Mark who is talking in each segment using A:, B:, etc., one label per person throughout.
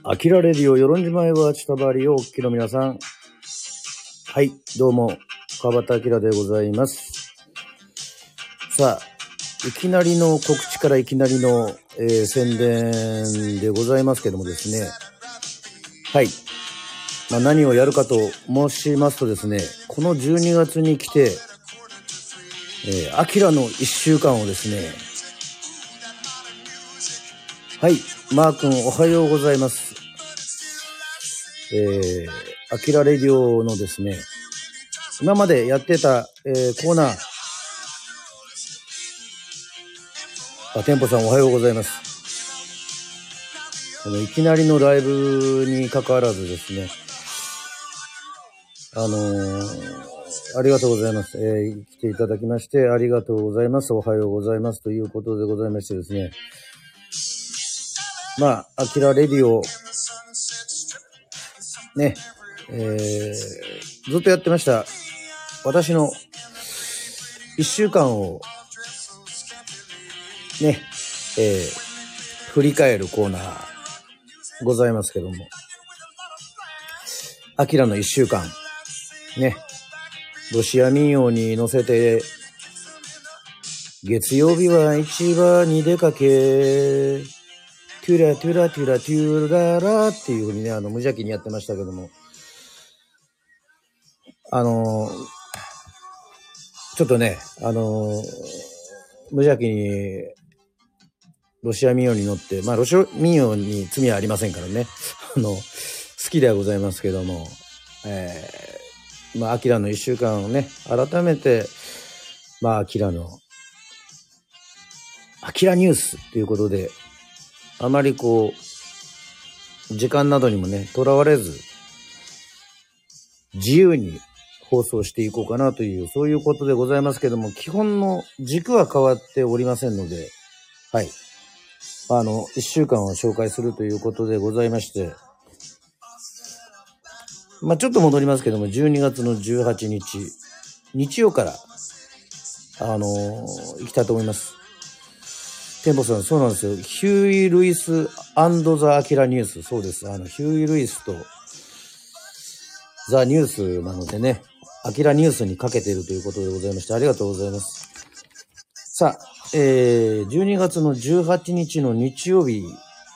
A: アキラレディオ、よろんじまえはちたばりをお聞きの皆さん。はい、どうも、川端明でございます。さあ、いきなりの告知からいきなりの、宣伝でございますけどもですね。はい。何をやるかと申しますとですね、この12月に来て、アキラの1週間をですね、はい、マー君おはようございます。アキラレディオのですね、今までやってた、コーナー、店舗さんおはようございます。いきなりのライブに関わらずですね、ありがとうございます。来ていただきましてありがとうございます。おはようございますということでございましてですね、アキラレディオね、ずっとやってました私の1週間をね、振り返るコーナーございますけども、アキラの1週間ね、ロシア民謡に乗せて月曜日は市場に出かけトゥラトゥラトゥラトゥララっていう風にね、無邪気にやってましたけども、ちょっとね、無邪気にロシア民謡に乗って、ロシア民謡に罪はありませんからね、好きではございますけども、アキラの一週間をね、改めて、アキラニュースということで、あまり時間などにもね、とらわれず、自由に放送していこうかなという、そういうことでございますけども、基本の軸は変わっておりませんので、はい。一週間を紹介するということでございまして、ちょっと戻りますけども、12月の18日、日曜から、行きたいと思います。店舗さん、そうなんですよ。ヒューイ・ルイス&ザ・アキラニュース。そうです。ヒューイ・ルイスとザ・ニュースなのでね、アキラニュースにかけているということでございまして、ありがとうございます。さあ、12月の18日の日曜日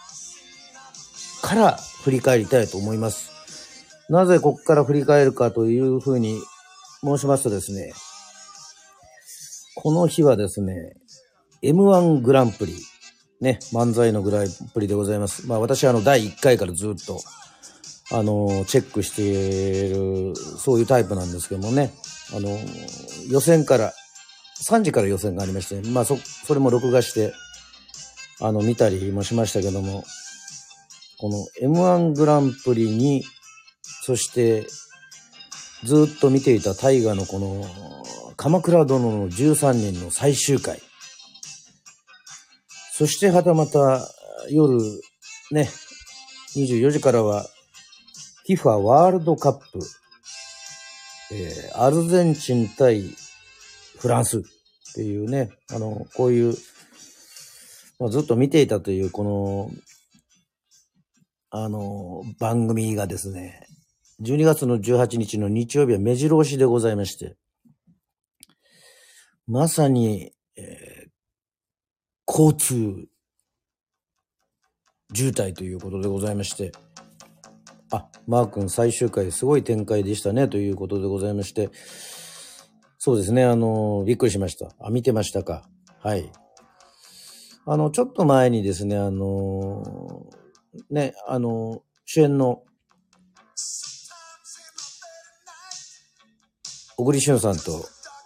A: から振り返りたいと思います。なぜここから振り返るかというふうに申しますとですね、この日はですね、M1 グランプリね、漫才のグランプリでございます。私は第1回からずっとチェックしているそういうタイプなんですけどもね、予選から3時から予選がありまして、それも録画して見たりもしましたけども、この M1 グランプリに、そしてずっと見ていた大河のこの鎌倉殿の13人の最終回、そしてはたまた夜ね、24時からは FIFA ワールドカップ、アルゼンチン対フランスっていうね、こういう、ずっと見ていたというこの番組がですね、12月の18日の日曜日は目白押しでございまして、まさに、交通渋滞ということでございまして、マー君最終回すごい展開でしたねということでございまして、そうですね、びっくりしました。見てましたか。はい。ちょっと前にですね、主演の小栗旬さんと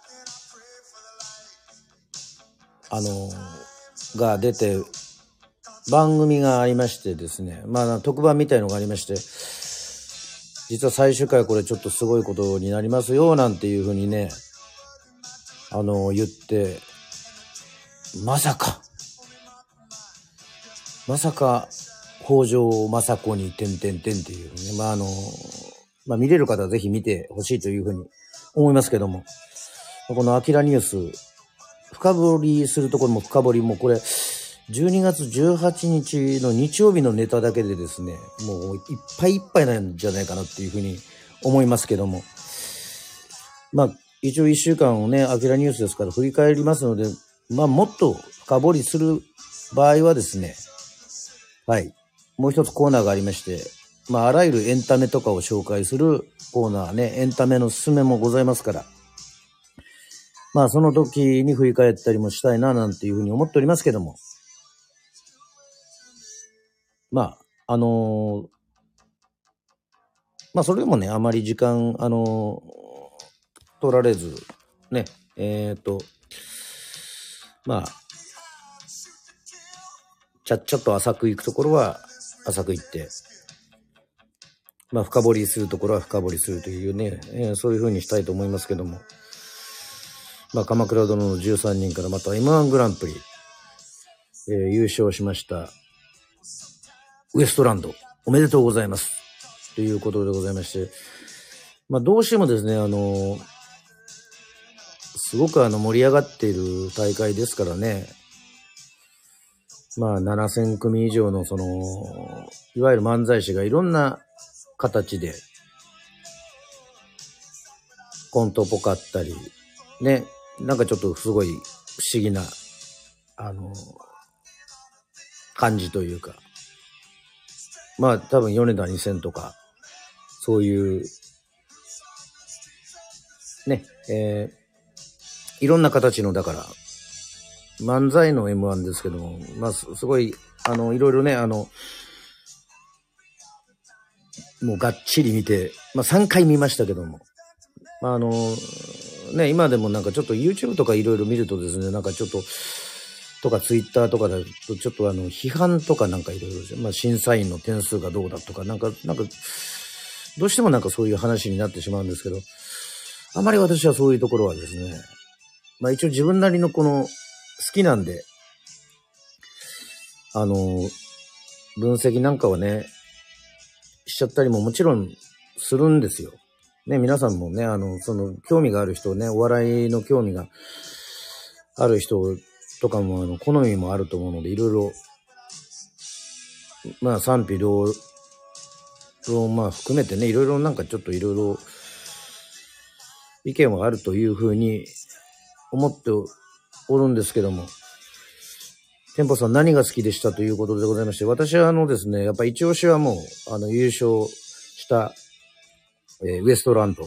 A: が出て番組がありましてですね、特番みたいのがありまして、実は最終回これちょっとすごいことになりますよなんていうふうにね、言って、まさか北条政子に点っていうね、見れる方はぜひ見てほしいというふうに思いますけども、このアキラニュース深掘りするところも深掘りもこれ 12月18日の日曜日のネタだけでですね、もういっぱいいっぱいなんじゃないかなっていうふうに思いますけども。まあ、一応1週間をね、アキラニュースですから振り返りますので、まあ、もっと深掘りする場合はですね、はい。もう一つコーナーがありまして、まあ、あらゆるエンタメとかを紹介するコーナーね、エンタメのすすめもございますから、まあ、その時に振り返ったりもしたいな、なんていうふうに思っておりますけども、まあ、まあ、それでもね、あまり時間、取られず、ね、まあ、ちゃっと浅く行くところは浅く行って、まあ、深掘りするところは深掘りするというね、そういう風にしたいと思いますけども、まあ、鎌倉殿の13人からまた M1 グランプリ、優勝しましたウエストランドおめでとうございますということでございまして、まあ、どうしてもですね、すごく盛り上がっている大会ですからね、まあ7000組以上のいわゆる漫才師がいろんな形でコントっぽかったり、ね、なんかちょっとすごい不思議な、感じというか、まあ多分米田2000とか、そういう、ね、いろんな形の、だから、漫才の M1 ですけども、まあすごい、いろいろね、もうがっちり見て、まあ3回見ましたけども、まあね、今でもなんかちょっと YouTube とかいろいろ見るとですね、なんかちょっと、とか Twitter とかだとちょっと批判とかなんかいろいろ、まあ審査員の点数がどうだとか、なんか、どうしてもなんかそういう話になってしまうんですけど、あまり私はそういうところはですね、まあ一応自分なりの好きなんで、分析なんかはね、しちゃったりももちろんするんですよ。ね、皆さんもね、興味がある人ね、お笑いの興味がある人とかも、好みもあると思うので、いろいろ、まあ、賛否両論、まあ、含めてね、いろいろなんかちょっといろいろ、意見はあるというふうに思っておるんですけども、テンポさん何が好きでしたということでございまして、私はですね、やっぱ一押しはもう、優勝した、ウエストランド。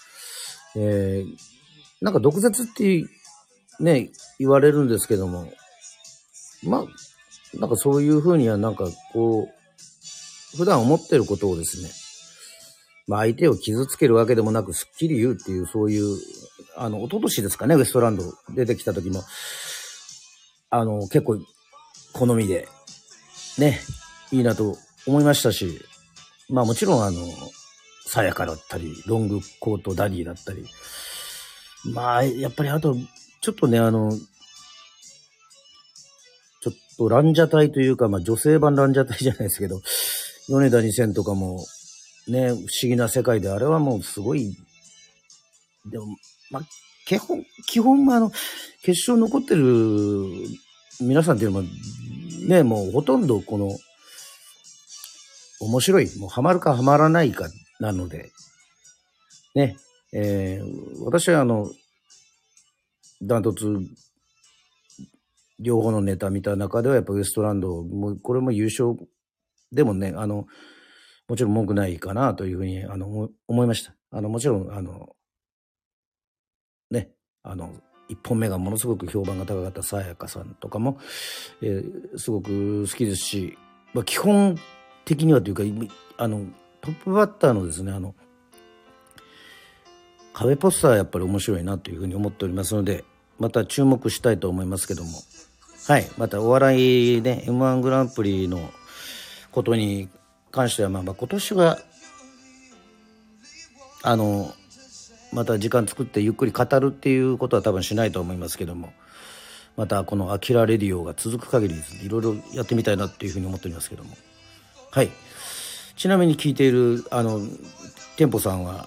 A: なんか毒舌ってね、言われるんですけども、まあ、なんかそういうふうにはなんか普段思ってることをですね、まあ相手を傷つけるわけでもなくすっきり言うっていう、そういう、一昨年ですかね、ウエストランド出てきた時も、結構好みで、ね、いいなと思いましたし、まあもちろんさやかだったり、ロングコートダディだったり、まあやっぱりあと、ちょっとね、ちょっとランジャタイというか、まあ女性版ランジャタイじゃないですけど、米田2000とかも、ね、不思議な世界で、あれはもうすごい、でも、まあ、基本決勝残ってる皆さんっていうのは、ね、もうほとんど面白い、もうハマるかハマらないかなので、ね、私はダントツ、両方のネタ見た中ではやっぱウエストランド、もうこれも優勝でもね、もちろん文句ないかなというふうに思いました。もちろんね、一本目がものすごく評判が高かったさやかさんとかも、すごく好きですし、まあ、基本的にはというかトップバッターのですね壁ポスターやっぱり面白いなというふうに思っておりますので、また注目したいと思いますけども、はい、またお笑いね M1 グランプリのことに関しては、まあ今年はまた時間作ってゆっくり語るっていうことは多分しないと思いますけども、またこのアキラレディオが続く限りですね、いろいろやってみたいなっていうふうに思っておりますけども、はい。ちなみに聞いているテンポさんは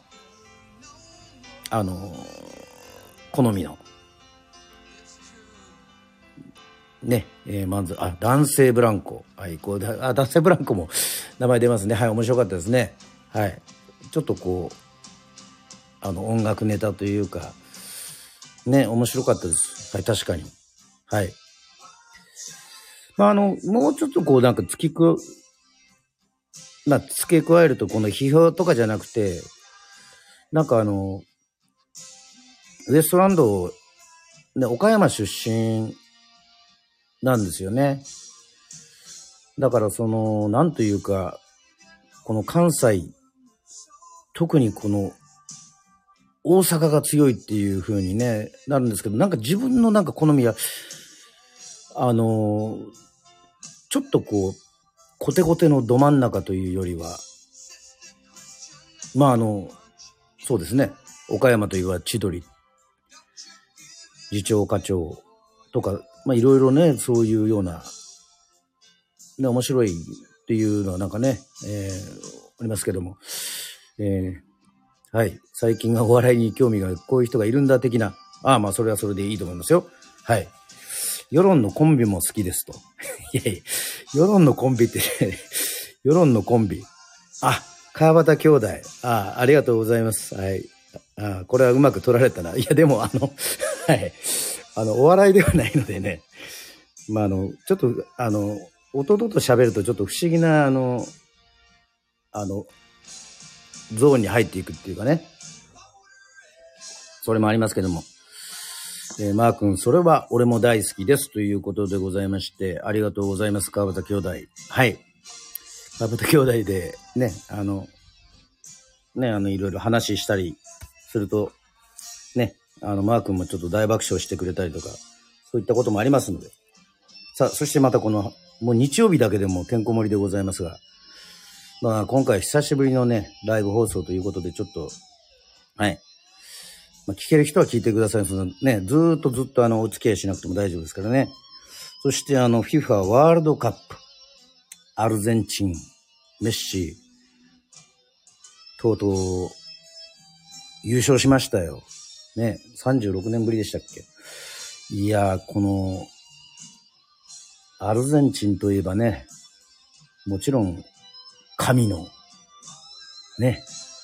A: 好みのね、まず、男性ブランコ。はい、男性ブランコも名前出ますね。はい、面白かったですね。はい。ちょっと音楽ネタというか、ね、面白かったです。はい、確かに。はい。もうちょっと付け加えると、この批評とかじゃなくて、ウエストランド、ね、岡山出身なんですよね。だからなんというか、この関西、特にこの大阪が強いっていう風にね、なるんですけど、自分の好みは、ちょっとコテコテのど真ん中というよりは、そうですね、岡山といえば千鳥、次長課長とか、いろいろね、そういうような、ね、面白いっていうのはありますけども、はい。最近はお笑いに興味が、こういう人がいるんだ的な、それはそれでいいと思いますよ。はい。世論のコンビも好きですと。いやいや、世論のコンビって世論のコンビ。川端兄弟。ありがとうございます。はい。これはうまく取られたな。いや、でもはい。お笑いではないのでね。ちょっと、弟と喋るとちょっと不思議な、ゾーンに入っていくっていうかね。それもありますけども。マー君、それは俺も大好きですということでございまして、ありがとうございます、川端兄弟。はい。川端兄弟でね、いろいろ話したりすると、ね、マー君もちょっと大爆笑してくれたりとか、そういったこともありますので。さあ、そしてまたもう日曜日だけでもてんこ盛りでございますが、今回久しぶりのね、ライブ放送ということで、ちょっと、はい。聞ける人は聞いてください。ずーっとお付き合いしなくても大丈夫ですからね。そしてFIFA ワールドカップ、アルゼンチン、メッシ、とうとう、優勝しましたよ。ね、36年ぶりでしたっけ。いやー、アルゼンチンといえばね、もちろん、神の、ね、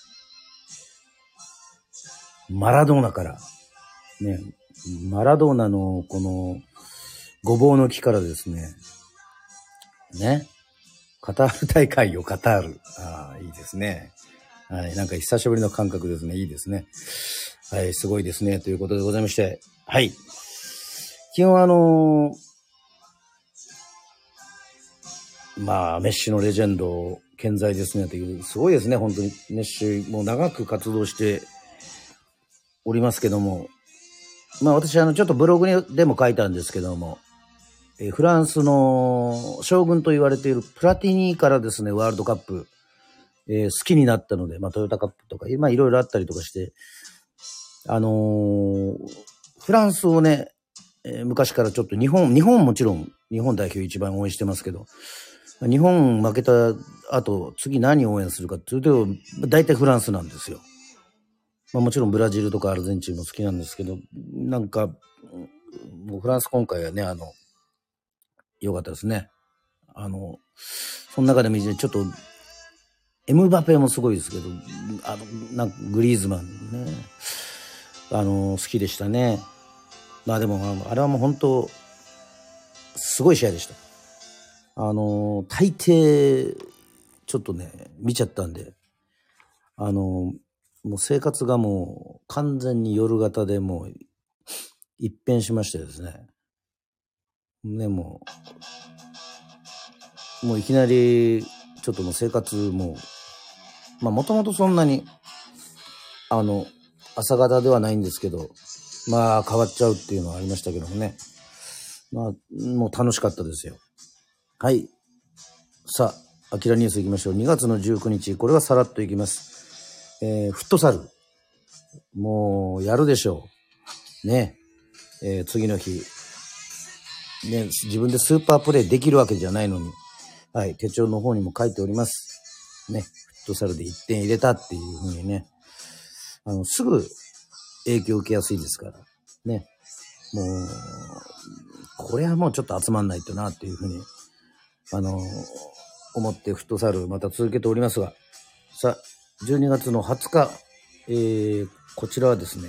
A: マラドーナから、ね、マラドーナのごぼうの木からですね、カタール大会よ、カタール。いいですね。はい、久しぶりの感覚ですね。いいですね。はい、すごいですね。ということでございまして、はい。基本メッシのレジェンド、健在ですね。という、すごいですね。本当に、メッシ、もう長く活動しておりますけども、私、ちょっとブログでも書いたんですけども、フランスの将軍と言われているプラティニからですね、ワールドカップ、好きになったので、トヨタカップとか、いろいろあったりとかして、フランスをね、昔からちょっと日本もちろん日本代表一番応援してますけど、日本負けた後、次何を応援するかっていうと、大体フランスなんですよ。もちろんブラジルとかアルゼンチンも好きなんですけど、もうフランス今回はね、良かったですね。その中でもちょっと、エムバペもすごいですけど、グリーズマンね、好きでしたね。でも、あれはもう本当、すごい試合でした。大抵、ちょっとね、見ちゃったんで、もう生活がもう完全に夜型でもう一変しましてですね。もういきなり、ちょっともう生活もともとそんなに、朝方ではないんですけど、変わっちゃうっていうのはありましたけどもね。もう楽しかったですよ。はい。さあ、アキラニュース行きましょう。2月の19日、これはさらっと行きます。フットサル。もう、やるでしょう。ね。次の日。ね、自分でスーパープレイできるわけじゃないのに。はい、手帳の方にも書いております。ね。フットサルで1点入れたっていう風にね。すぐ影響を受けやすいですから。ね。 もう、これはもうちょっと集まんないとな、っていうふうに、思ってフットサルまた続けておりますが、さあ、12月の20日、こちらはですね、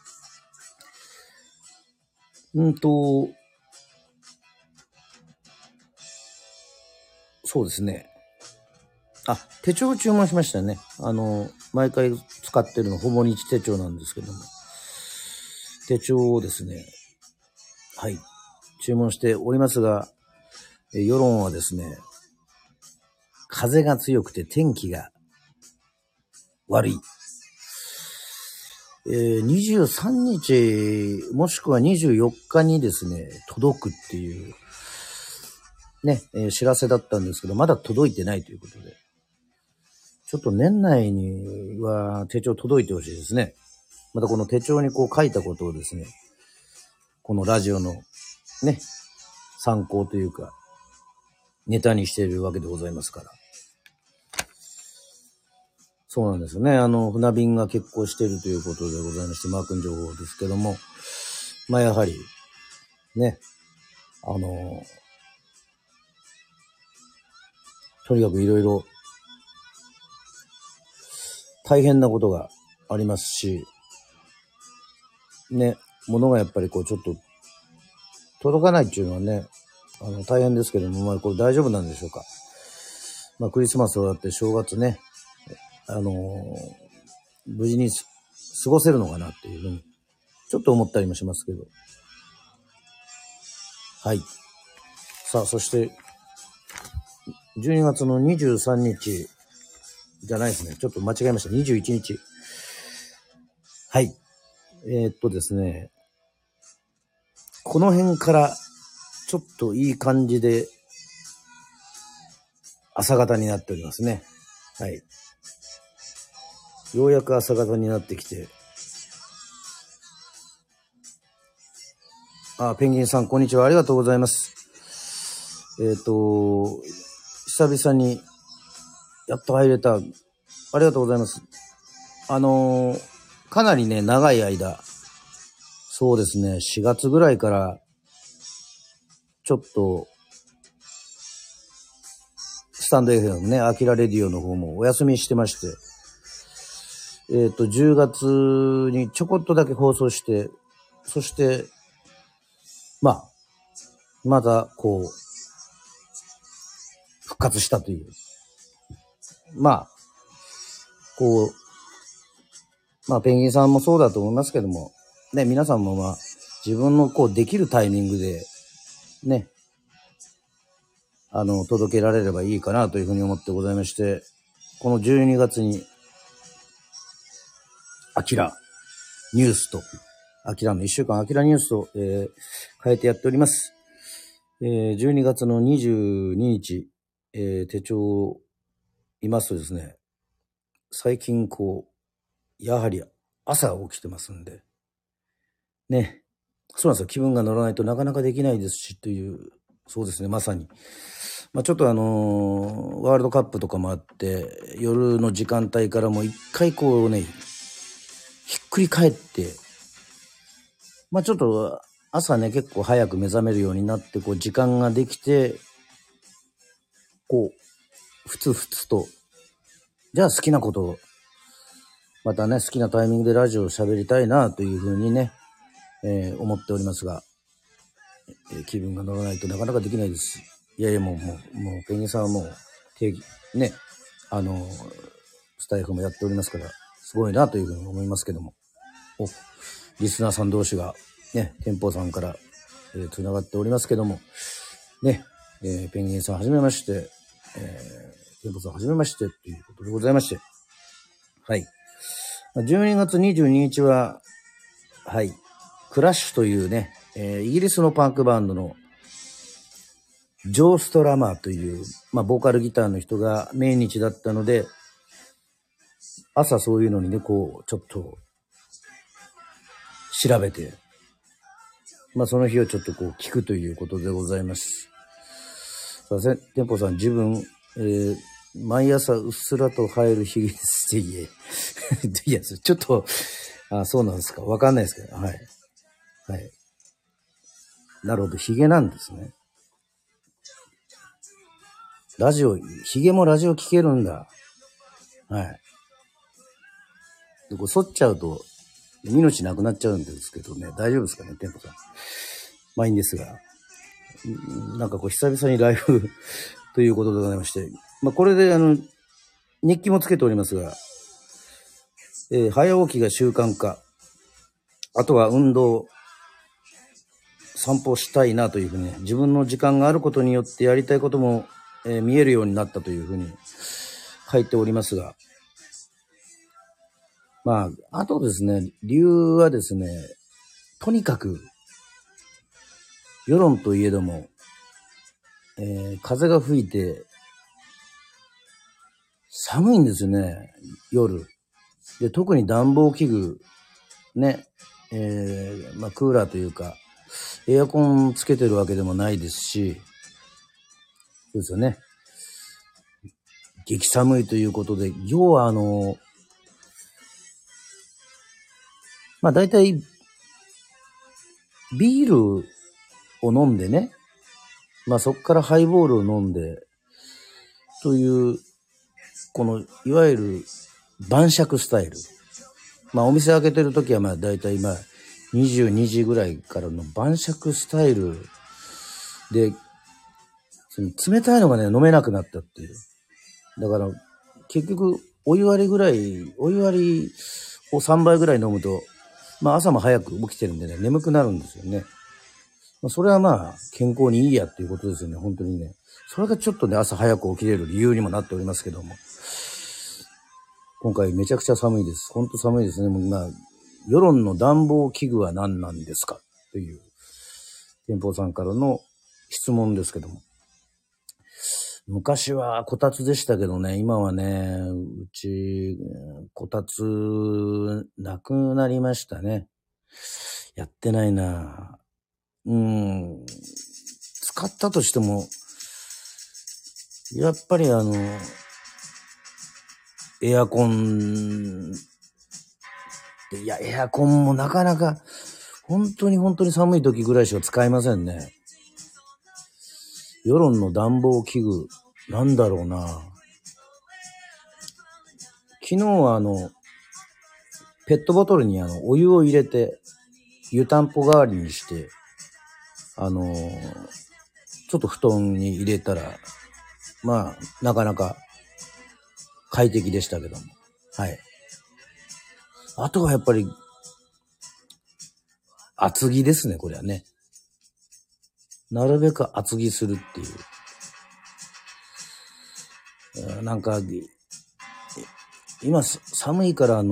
A: そうですね。手帳を注文しましたね。毎回使ってるの、ほぼ日手帳なんですけども。手帳をですね、はい、注文しておりますが、世論はですね、風が強くて天気が悪い。23日、もしくは24日にですね、届くっていう、ね、知らせだったんですけど、まだ届いてないということで、ちょっと年内には手帳届いてほしいですね。またこの手帳にこう書いたことをですね、このラジオのね、参考というか、ネタにしているわけでございますから。そうなんですよね。船便が欠航しているということでございまして、マー君情報ですけども、まあやはり、ね、とにかくいろいろ大変なことがありますし、ね、物がやっぱりこうちょっと届かないっていうのはね、大変ですけども、まあこれ大丈夫なんでしょうか。まあクリスマスはだって正月ね、無事に過ごせるのかなっていうふうに、ちょっと思ったりもしますけど。はい。さあ、そして、12月の23日じゃないですね。ちょっと間違えました。21日。はい。ですね。この辺からちょっといい感じで朝方になっておりますね。はい。ようやく朝方になってきて。ペンギンさん、こんにちは。ありがとうございます。久々にやっと入れた。ありがとうございます。かなりね、長い間、そうですね、4月ぐらいから、ちょっと、スタンド FM ね、アキラレディオの方もお休みしてまして、10月にちょこっとだけ放送して、そして、また、こう、復活したという。こう、ペンギンさんもそうだと思いますけども、ね、皆さんも自分のこう、できるタイミングで、ね、届けられればいいかなというふうに思ってございまして、この12月に、アキラニュースと、アキラの1週間アキラニュースと、変えてやっております。12月の22日、手帳を見ますとですね、最近こう、やはり朝起きてますんで、ね、そうなんですよ。気分が乗らないとなかなかできないですし、という、そうですね、まさに。ちょっとワールドカップとかもあって、夜の時間帯からも一回こうね、ひっくり返って、ちょっと朝ね、結構早く目覚めるようになって、こう時間ができて、こう、ふつふつと、じゃあ好きなことを、またね、好きなタイミングでラジオを喋りたいなというふうにね、思っておりますが、気分が乗らないとなかなかできないです。いやいや、もう、ペンギンさんはもう、ね、スタイフもやっておりますから、すごいなというふうに思いますけども。リスナーさん同士が、ね、店舗さんから、繋がっておりますけども、ね、ペンギンさんはじめまして、店舗さんはじめまして、ということでございまして。はい。12月22日は、はい、クラッシュというね、イギリスのパンクバンドのジョー・ストラマーという、ボーカルギターの人が命日だったので、朝そういうのにね、こう、ちょっと、調べて、その日をちょっとこう、聞くということでございます。さあ、店舗さん、自分、毎朝うっすらと生えるひげですって言え。いや、ちょっと、そうなんですか。わかんないですけど、はい。はい。 なるほど、ヒゲなんですね。ラジオ、ヒゲもラジオ聞けるんだ。はい。で、これ剃っちゃうと、命なくなっちゃうんですけどね、大丈夫ですかね、テンポさん。まあいいんですが。なんかこう、久々にライブということでございまして、まあこれで日記もつけておりますが、早起きが習慣化、あとは運動、散歩したいなというふうにね、自分の時間があることによってやりたいことも、見えるようになったというふうに書いておりますが、まあ、あとですね、理由はですね、とにかく、世論といえども、風が吹いて、寒いんですよね、夜。で、特に暖房器具、ね、まあ、クーラーというか、エアコンつけてるわけでもないですし、そうですよね。激寒いということで、要はまあ大体、ビールを飲んでね、まあそこからハイボールを飲んで、という、この、いわゆる晩酌スタイル。まあお店開けてるときはまあ大体まあ22時ぐらいからの晩酌スタイルで、その冷たいのがね、飲めなくなったっていう。だから、結局、お湯割りを3杯ぐらい飲むと、まあ朝も早く起きてるんでね、眠くなるんですよね。まあ、それはまあ、健康にいいやっていうことですよね、本当にね。それがちょっとね、朝早く起きれる理由にもなっておりますけども。今回めちゃくちゃ寒いです。本当寒いですね。もうまあ、世論の暖房器具は何なんですかという、店舗さんからの質問ですけども。昔はこたつでしたけどね、今はね、うち、こたつ、なくなりましたね。やってないな。使ったとしても、やっぱりエアコンで、いや、エアコンもなかなか、本当に寒い時ぐらいしか使いませんね。世論の暖房器具、なんだろうな。昨日はペットボトルにお湯を入れて、湯たんぽ代わりにして、ちょっと布団に入れたら、まあ、なかなか快適でしたけども。はい。あとはやっぱり、厚着ですね、これはね。なるべく厚着するっていう。なんか、今寒いから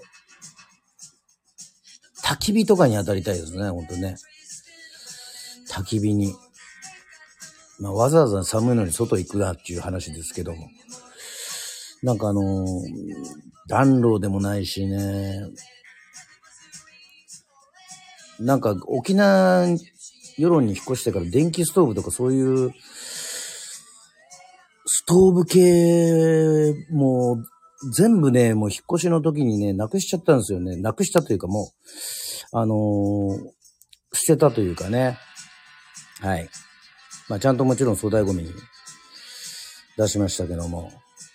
A: 焚き火とかに当たりたいですね、ほんとね。焚き火に。まあわざわざ寒いのに外行くなっていう話ですけども。なんか暖炉でもないしね。なんか沖縄世論に引っ越してから電気ストーブとかそういうストーブ系も全部ね、もう引っ越しの時にね、なくしちゃったんですよね。なくしたというかもう、捨てたというかね。はい。まあちゃんともちろん粗大ゴミに出しましたけども。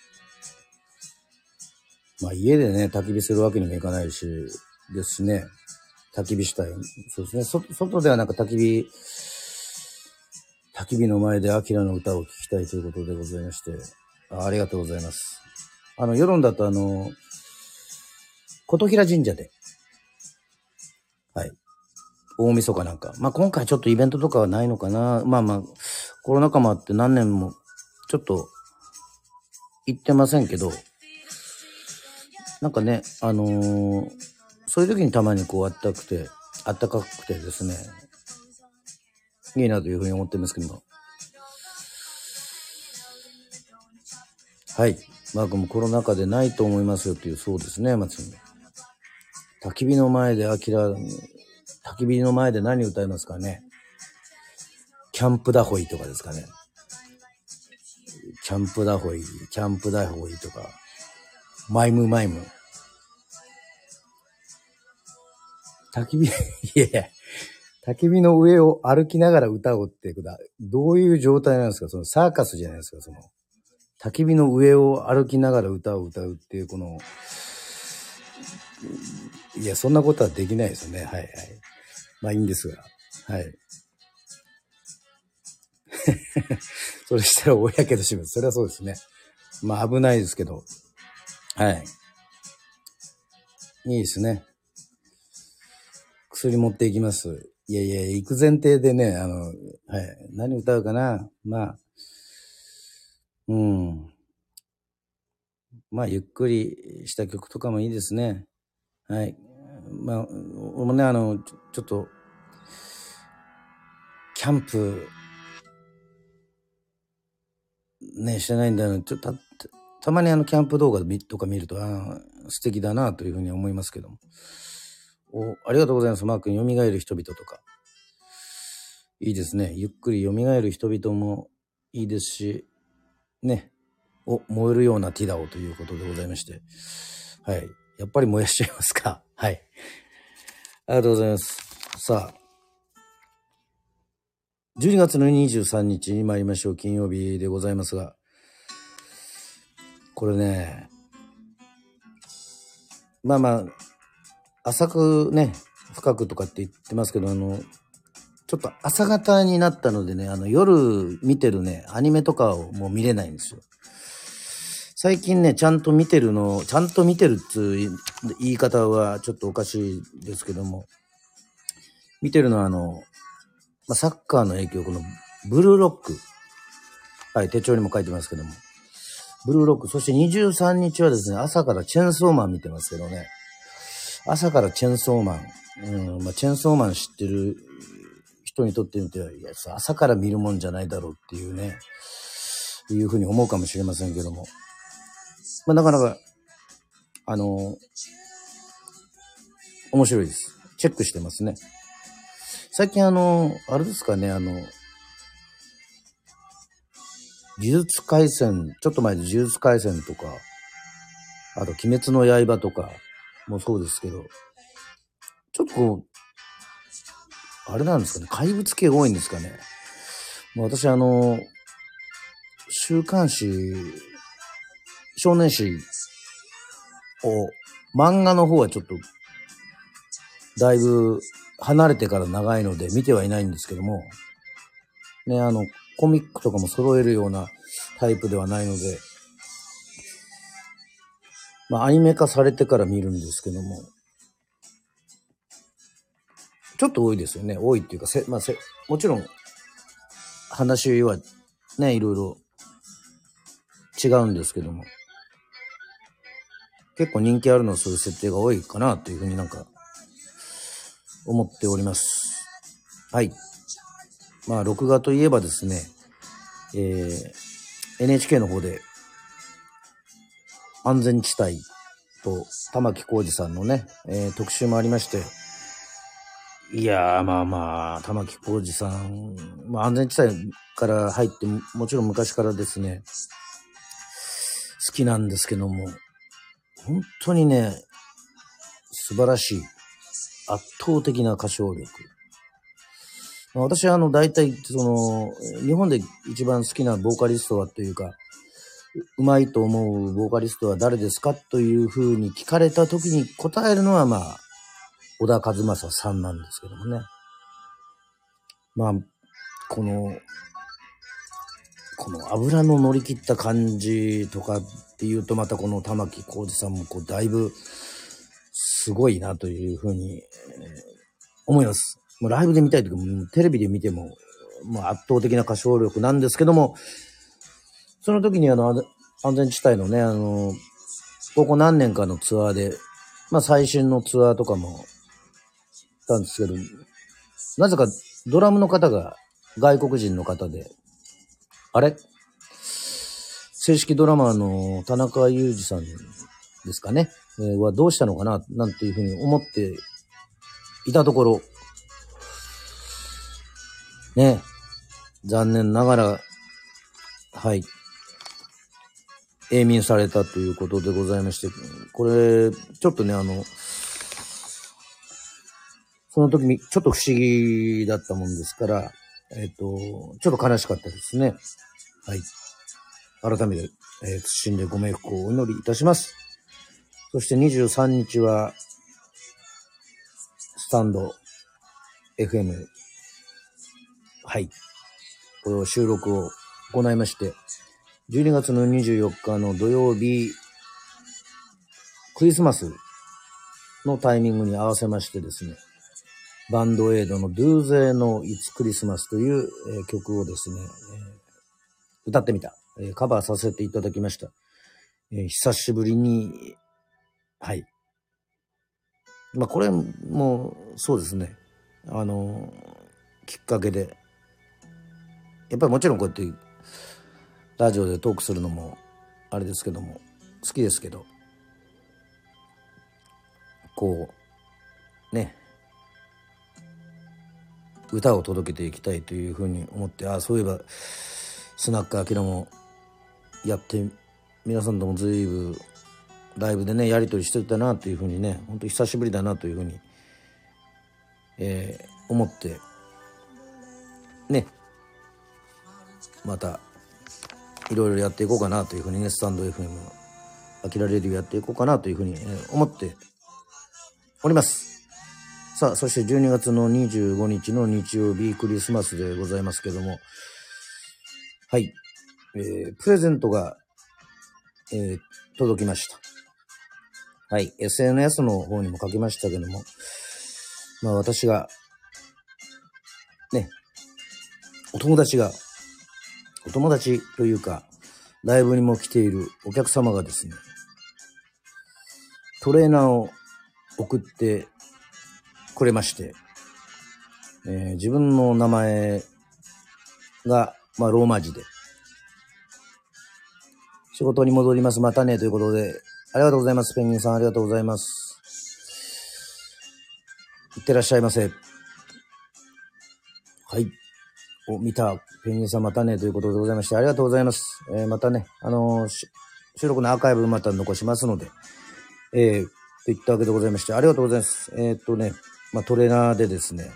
A: まあ家でね、焚き火するわけにもいかないしですね。焚き火したい。そうですね。外ではなんか焚き火の前でアキラの歌を聴きたいということでございまして。ありがとうございます。世論だと琴平神社で、はい。大晦日なんか。まあ今回ちょっとイベントとかはないのかな。まあまあ、コロナ禍もあって何年もちょっと行ってませんけど、なんかね、そういう時にたまにこうあったかくてですね、いいなというふうに思ってますけども。はい。マークもコロナ禍でないと思いますよという、そうですね、松見。焚き火の前で焚き火の前で何歌いますかね。キャンプダホイとかですかね。キャンプダホイとか、マイム。焚き火、いや、 焚き火の上を歩きながら歌おうってどういう状態なんですか？そのサーカスじゃないですか。その焚き火の上を歩きながら歌を歌うっていういや、そんなことはできないですよね。はいはい。まあいいんですが。はい。それしたら大やけどします。それはそうですね。まあ危ないですけど。はい。いいですね。薬持っていきます。いやいや、行く前提でね、はい。何歌うかな。まあ、まあ、ゆっくりした曲とかもいいですね。はい。まあ、俺もね、ちょっと、キャンプ、ね、してないんだよ。たまにキャンプ動画とか見ると、素敵だなというふうに思いますけども。ありがとうございます。マー君、蘇る人々とか。いいですね。ゆっくり蘇る人々もいいですし、ね。燃えるようなティダオということでございまして。はい。やっぱり燃やしちゃいますか。はい。ありがとうございます。さあ。12月の23日に参りましょう。金曜日でございますが。これね。まあまあ、浅くね、深くとかって言ってますけど、ちょっと朝方になったのでね、夜見てるね、アニメとかをもう見れないんですよ。最近ね、ちゃんと見てるっていう言い方はちょっとおかしいですけども、見てるのはサッカーの影響、このブルーロック。はい、手帳にも書いてますけども。ブルーロック、そして23日はですね、朝からチェンソーマン見てますけどね。朝からチェンソーマン。チェンソーマン知ってる人にとってみては、いや、朝から見るもんじゃないだろうっていうね、いうふうに思うかもしれませんけども。なかなか、面白いです。チェックしてますね。最近あれですかね、呪術廻戦、ちょっと前で呪術廻戦とか、あと鬼滅の刃とかもそうですけど、ちょっとあれなんですかね、怪物系多いんですかね。私週刊誌、少年誌を、漫画の方はちょっと、だいぶ離れてから長いので見てはいないんですけども、ね、コミックとかも揃えるようなタイプではないので、アニメ化されてから見るんですけども、ちょっと多いですよね。多いっていうか、もちろん、話はね、いろいろ違うんですけども、結構人気あるのはそういう設定が多いかなというふうに思っております。はい。録画といえばですね、NHK の方で安全地帯と玉置浩二さんのね、特集もありまして、いやー玉置浩二さん、安全地帯から入ってもちろん昔からですね、好きなんですけども、本当にね、素晴らしい、圧倒的な歌唱力。私は大体日本で一番好きなボーカリストはというか、うまいと思うボーカリストは誰ですかというふうに聞かれた時に答えるのは小田和正さんなんですけどもね。この油の乗り切った感じとかっていうとまたこの玉置浩二さんもだいぶすごいなというふうに、思います。もうライブで見たいというか、テレビで見ても、圧倒的な歌唱力なんですけども、その時に安全地帯のね、ここ何年かのツアーで、最新のツアーとかもしたんですけど、なぜかドラムの方が外国人の方で、あれ正式ドラマーの田中裕二さんですかね、はどうしたのかななんていうふうに思っていたところ、ね、残念ながら、はい、永眠されたということでございまして、これ、ちょっとね、 その時ちょっと不思議だったもんですから、ちょっと悲しかったですね。はい。改めて、謹んでご冥福をお祈りいたします。そして23日は、スタンド FM、はい。これを収録を行いまして、12月の24日の土曜日、クリスマスのタイミングに合わせましてですね、バンドエイドの Do They Know It's Christmas という、曲をですね、歌ってみた、カバーさせていただきました。久しぶりに、はい。まあこれもそうですね、きっかけで、やっぱりもちろんこうやってラジオでトークするのもあれですけども、好きですけど、こうね、歌を届けていきたいというふうに思って、そういえばスナックアキラもやって、皆さんとも随分ライブでねやり取りしてたなというふうにね、本当久しぶりだなというふうに、思ってね、またいろいろやっていこうかなというふうにね、スタンド FM アキラレディをやっていこうかなというふうに、思っております。さあ、そして12月の25日の日曜日、クリスマスでございますけども、はい、プレゼントが、届きました。はい、SNS の方にも書きましたけども、まあ私がね、お友達というか、ライブにも来ているお客様がですね、トレーナーを送ってくれまして、自分の名前が、まあ、ローマ字で、仕事に戻ります。またね。ということで、ありがとうございます。ペンギンさん、ありがとうございます。いってらっしゃいませ。はい。見た。ペンギンさん、またね。ということでございまして、ありがとうございます。またね、収録のアーカイブまた残しますので、といったわけでございまして、ありがとうございます。まあ、トレーナーでですね、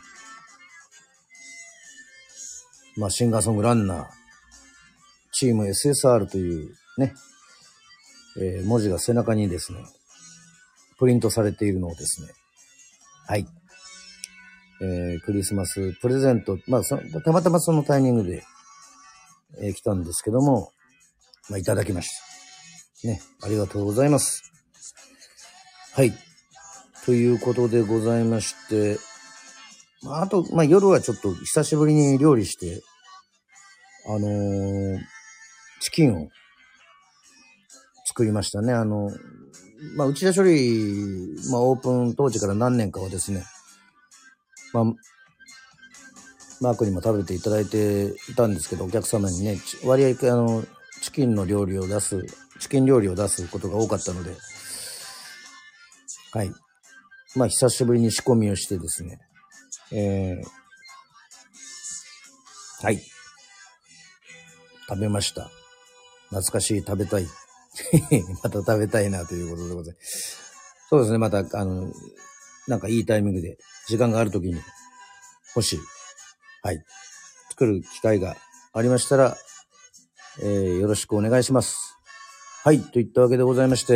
A: まあ、シンガーソングランナー、チーム SSR というね、文字が背中にですね、プリントされているのをですね、はい、クリスマスプレゼント、まあ、たまたまそのタイミングで、来たんですけども、まあ、いただきました。ね、ありがとうございます。はい。ということでございまして、あと、まあ、夜はちょっと久しぶりに料理して、チキンを作りましたね。まあ、内田処理、まあ、オープン当時から何年かはですね、まあ、マークにも食べていただいていたんですけど、お客様にね、割合、チキン料理を出すことが多かったので、はい。まあ、久しぶりに仕込みをしてですね、はい。食べました。懐かしい、食べたい。また食べたいなということでございます。そうですね、また、なんかいいタイミングで、時間があるときに、もし、はい、作る機会がありましたら、よろしくお願いします。はい、といったわけでございまして、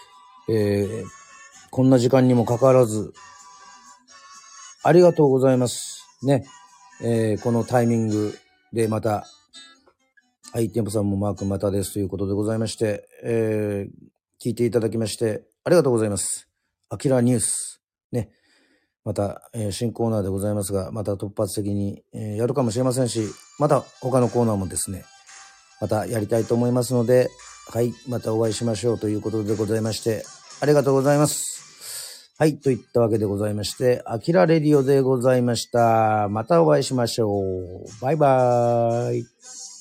A: こんな時間にもかかわらず、ありがとうございます。ね、このタイミングでまた、はい、テンポさんもマークまたですということでございまして、聞いていただきまして、ありがとうございます。アキラニュース。ね。また、新コーナーでございますが、また突発的に、やるかもしれませんし、また他のコーナーもですね、またやりたいと思いますので、はい、またお会いしましょうということでございまして、ありがとうございます。はい、といったわけでございまして、アキラレディオでございました。またお会いしましょう。バイバーイ。